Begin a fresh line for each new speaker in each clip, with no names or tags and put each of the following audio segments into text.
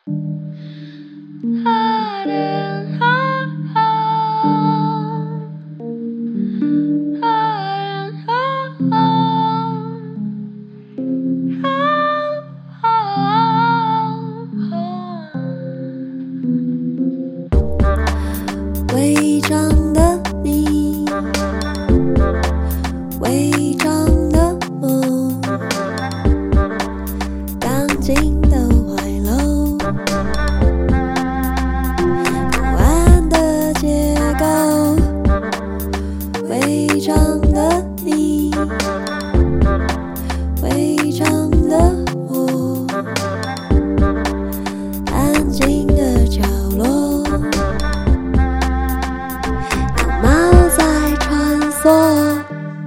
伪装的你，伪装的梦，钢筋的怀楼，不安的结构，伪装的你，伪装的我，安静的角落，有猫在穿梭。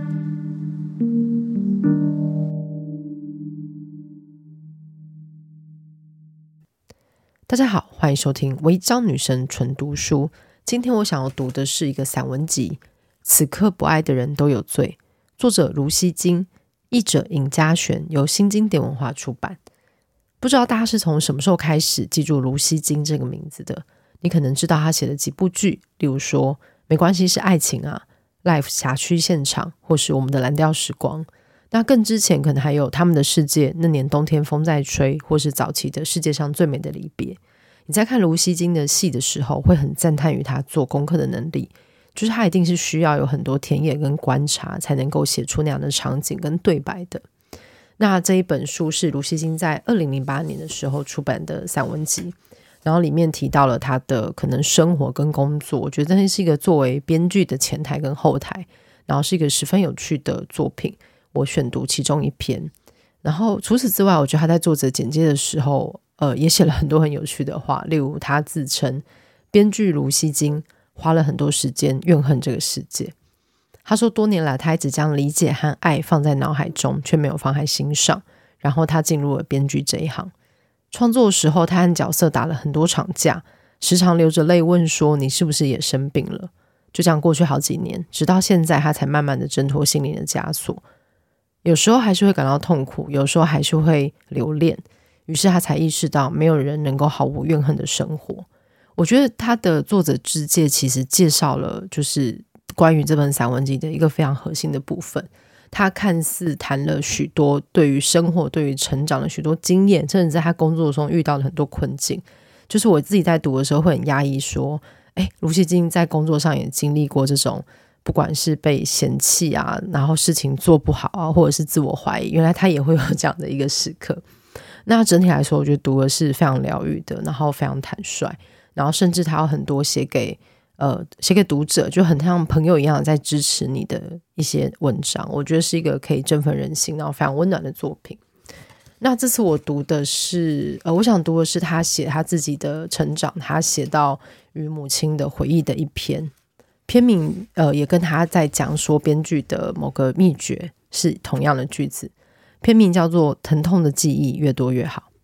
大家好，欢迎收听违章女生纯读书。今天我想要读的是一个散文集《此刻不爱的人都有罪》，作者卢熙京，译者尹嘉璇，由新经典文化出版。不知道大家是从什么时候开始记住卢熙京这个名字的？你可能知道他写的几部剧，例如说没关系是爱情啊， Life 辖区现场，或是我们的蓝调时光。那更之前可能还有他们的世界，那年冬天风在吹，或是早期的世界上最美的离别。你在看卢熙京的戏的时候，会很赞叹于他做功课的能力，就是他一定是需要有很多田野跟观察才能够写出那样的场景跟对白的。那这一本书是卢熙京在2008年的时候出版的散文集，然后里面提到了他的可能生活跟工作，我觉得这是一个作为编剧的前台跟后台，然后是一个十分有趣的作品。我选读其中一篇，然后除此之外，我觉得他在作者简介的时候也写了很多很有趣的话，例如他自称编剧卢熙京花了很多时间怨恨这个世界。他说多年来他一直将理解和爱放在脑海中，却没有放在心上，然后他进入了编剧这一行。创作的时候他和角色打了很多场架，时常流着泪问说你是不是也生病了。就这样过去好几年，直到现在他才慢慢的挣脱心灵的枷锁。有时候还是会感到痛苦，有时候还是会留恋，于是他才意识到没有人能够毫无怨恨的生活。我觉得他的作者之介其实介绍了就是关于这本散文集的一个非常核心的部分。他看似谈了许多对于生活对于成长的许多经验，甚至在他工作中遇到了很多困境。就是我自己在读的时候会很压抑说卢熙京在工作上也经历过这种不管是被嫌弃啊，然后事情做不好啊，或者是自我怀疑，原来他也会有这样的一个时刻。那整体来说我觉得读的是非常疗愈的，然后非常坦率，然后甚至他有很多写给读者，就很像朋友一样在支持你的一些文章，我觉得是一个可以振奋人心然后非常温暖的作品。那这次我读的是我想读的是他写他自己的成长，他写到与母亲的回忆的一篇，篇名也跟他在讲说编剧的某个秘诀是同样的句子，篇名叫做疼痛的记忆越多越好。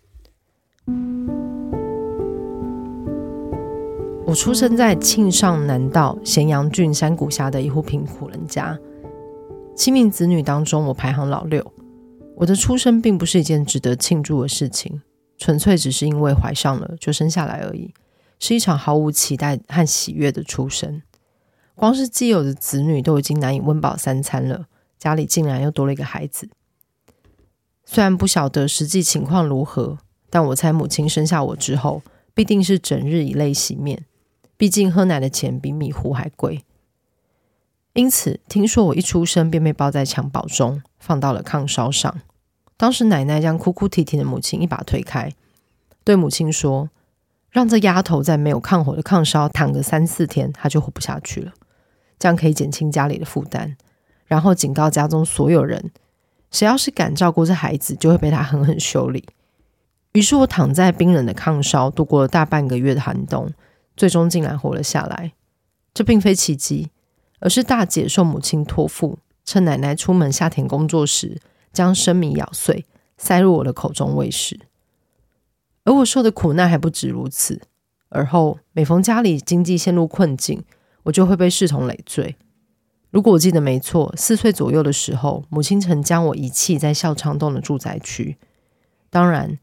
我出生在庆尚南道咸阳郡山谷下的一户贫苦人家，7名子女当中我排行老6。我的出生并不是一件值得庆祝的事情，纯粹只是因为怀上了就生下来而已，是一场毫无期待和喜悦的出生。光是既有的子女都已经难以温饱3餐了，家里竟然又多了一个孩子。虽然不晓得实际情况如何，但我猜母亲生下我之后必定是整日以泪洗面，毕竟喝奶的钱比米糊还贵。因此听说我一出生便被抱在襁褓中，放到了炕梢上。当时奶奶将哭哭啼啼的母亲一把推开，对母亲说，让这丫头在没有炕火的炕梢躺个3-4天，她就活不下去了，这样可以减轻家里的负担。然后警告家中所有人，谁要是敢照顾这孩子，就会被她狠狠修理。于是我躺在冰冷的炕梢度过了大半个月的寒冬，最终竟然活了下来。这并非奇迹，而是大姐受母亲托付，趁奶奶出门下田工作时，将生米咬碎塞入我的口中喂食。而我受的苦难还不止如此，而后每逢家里经济陷入困境，我就会被视同累赘。如果我记得没错，4岁左右的时候，母亲曾将我遗弃在孝昌洞的住宅区。当然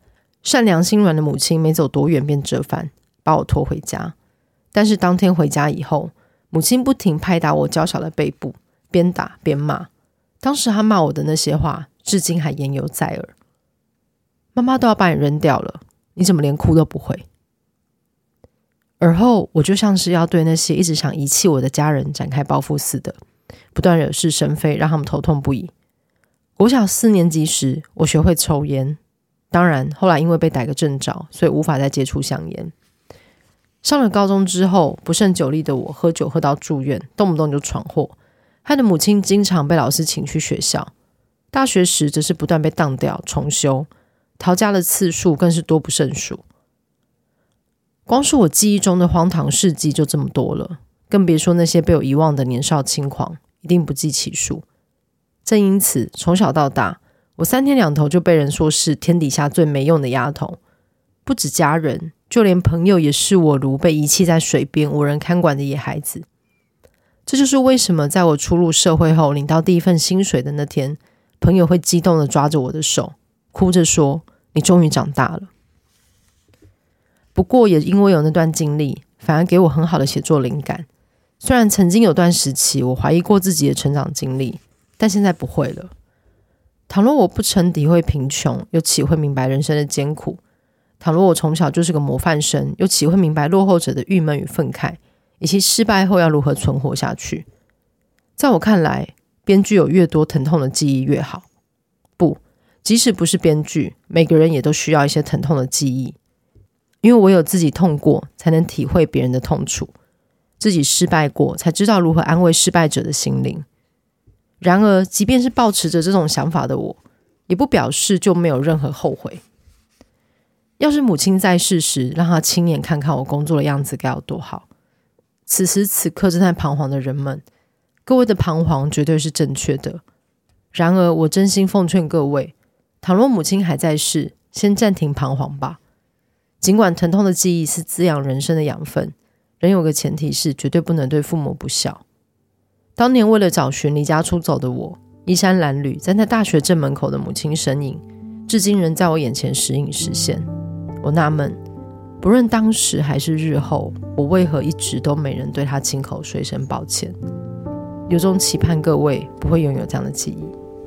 善良心软的母亲没走多远便折返，把我拖回家。但是当天回家以后，母亲不停拍打我娇小的背部，边打边骂。当时她骂我的那些话，至今还言犹在耳。妈妈都要把你扔掉了，你怎么连哭都不会？而后我就像是要对那些一直想遗弃我的家人展开报复似的，不断惹是生非，让他们头痛不已。国小4年级时，我学会抽烟，当然后来因为被逮个正着，所以无法再接触香烟。上了高中之后，不胜酒力的我喝酒喝到住院，动不动就闯祸，害得母亲经常被老师请去学校。大学时则是不断被当掉重修，逃家的次数更是多不胜数。光是我记忆中的荒唐事迹就这么多了，更别说那些被我遗忘的年少轻狂，一定不计其数。正因此，从小到大，我3天2头就被人说是天底下最没用的丫头。不止家人，就连朋友也视我如被遗弃在水边无人看管的野孩子。这就是为什么在我初入社会后领到第一份薪水的那天，朋友会激动地抓着我的手，哭着说：“你终于长大了。”不过也因为有那段经历，反而给我很好的写作灵感。虽然曾经有段时期我怀疑过自己的成长经历，但现在不会了。倘若我不曾体会贫穷，又岂会明白人生的艰苦？倘若我从小就是个模范生，又岂会明白落后者的郁闷与愤慨，以及失败后要如何存活下去？在我看来，编剧有越多疼痛的记忆越好。不，即使不是编剧，每个人也都需要一些疼痛的记忆，因为唯有自己痛过，才能体会别人的痛楚；自己失败过，才知道如何安慰失败者的心灵。然而，即便是抱持着这种想法的我，也不表示就没有任何后悔。要是母亲在世时，让她亲眼看看我工作的样子该有多好。此时此刻正在彷徨的人们，各位的彷徨绝对是正确的。然而我真心奉劝各位，倘若母亲还在世，先暂停彷徨吧。尽管疼痛的记忆是滋养人生的养分，仍有个前提是绝对不能对父母不孝。当年为了找寻离家出走的我，衣衫褴褛站在大学正门口的母亲身影，至今仍在我眼前时隐时现。我纳闷，不论当时还是日后，我为何一直都没人对她亲口说一声抱歉？有种期盼各位不会拥有这样的记忆。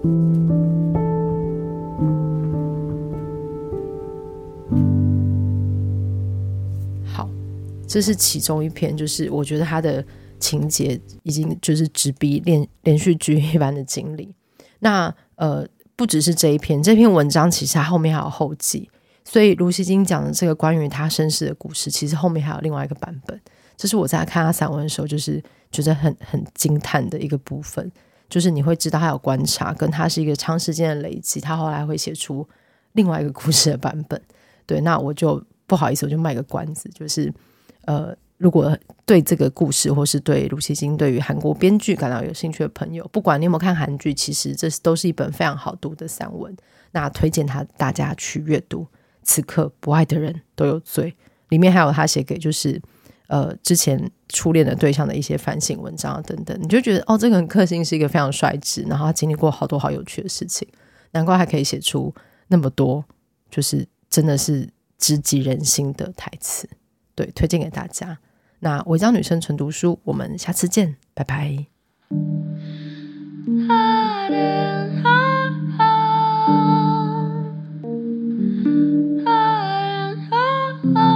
好，这是其中一篇，就是我觉得他的情节已经就是直逼连续剧一般的经历。那不只是这一篇文章，其实它后面还有后记，所以卢锡金讲的这个关于他身世的故事，其实后面还有另外一个版本。这是我在看他散文的时候，就是觉得很惊叹的一个部分，就是你会知道他有观察，跟他是一个长时间的累积，他后来会写出另外一个故事的版本。对，那我就不好意思，我就卖个关子，就是如果对这个故事或是对卢锡金对于韩国编剧感到有兴趣的朋友，不管你有没有看韩剧，其实这都是一本非常好读的散文，那推荐大家去阅读。此刻不爱的人都有罪，里面还有他写给就是之前初恋的对象的一些反省文章等等，你就觉得这个人个性是一个非常率直，然后他经历过好多好有趣的事情，难怪还可以写出那么多就是真的是直击人心的台词。对，推荐给大家。那违章女生纯读书，我们下次见，拜拜。Oh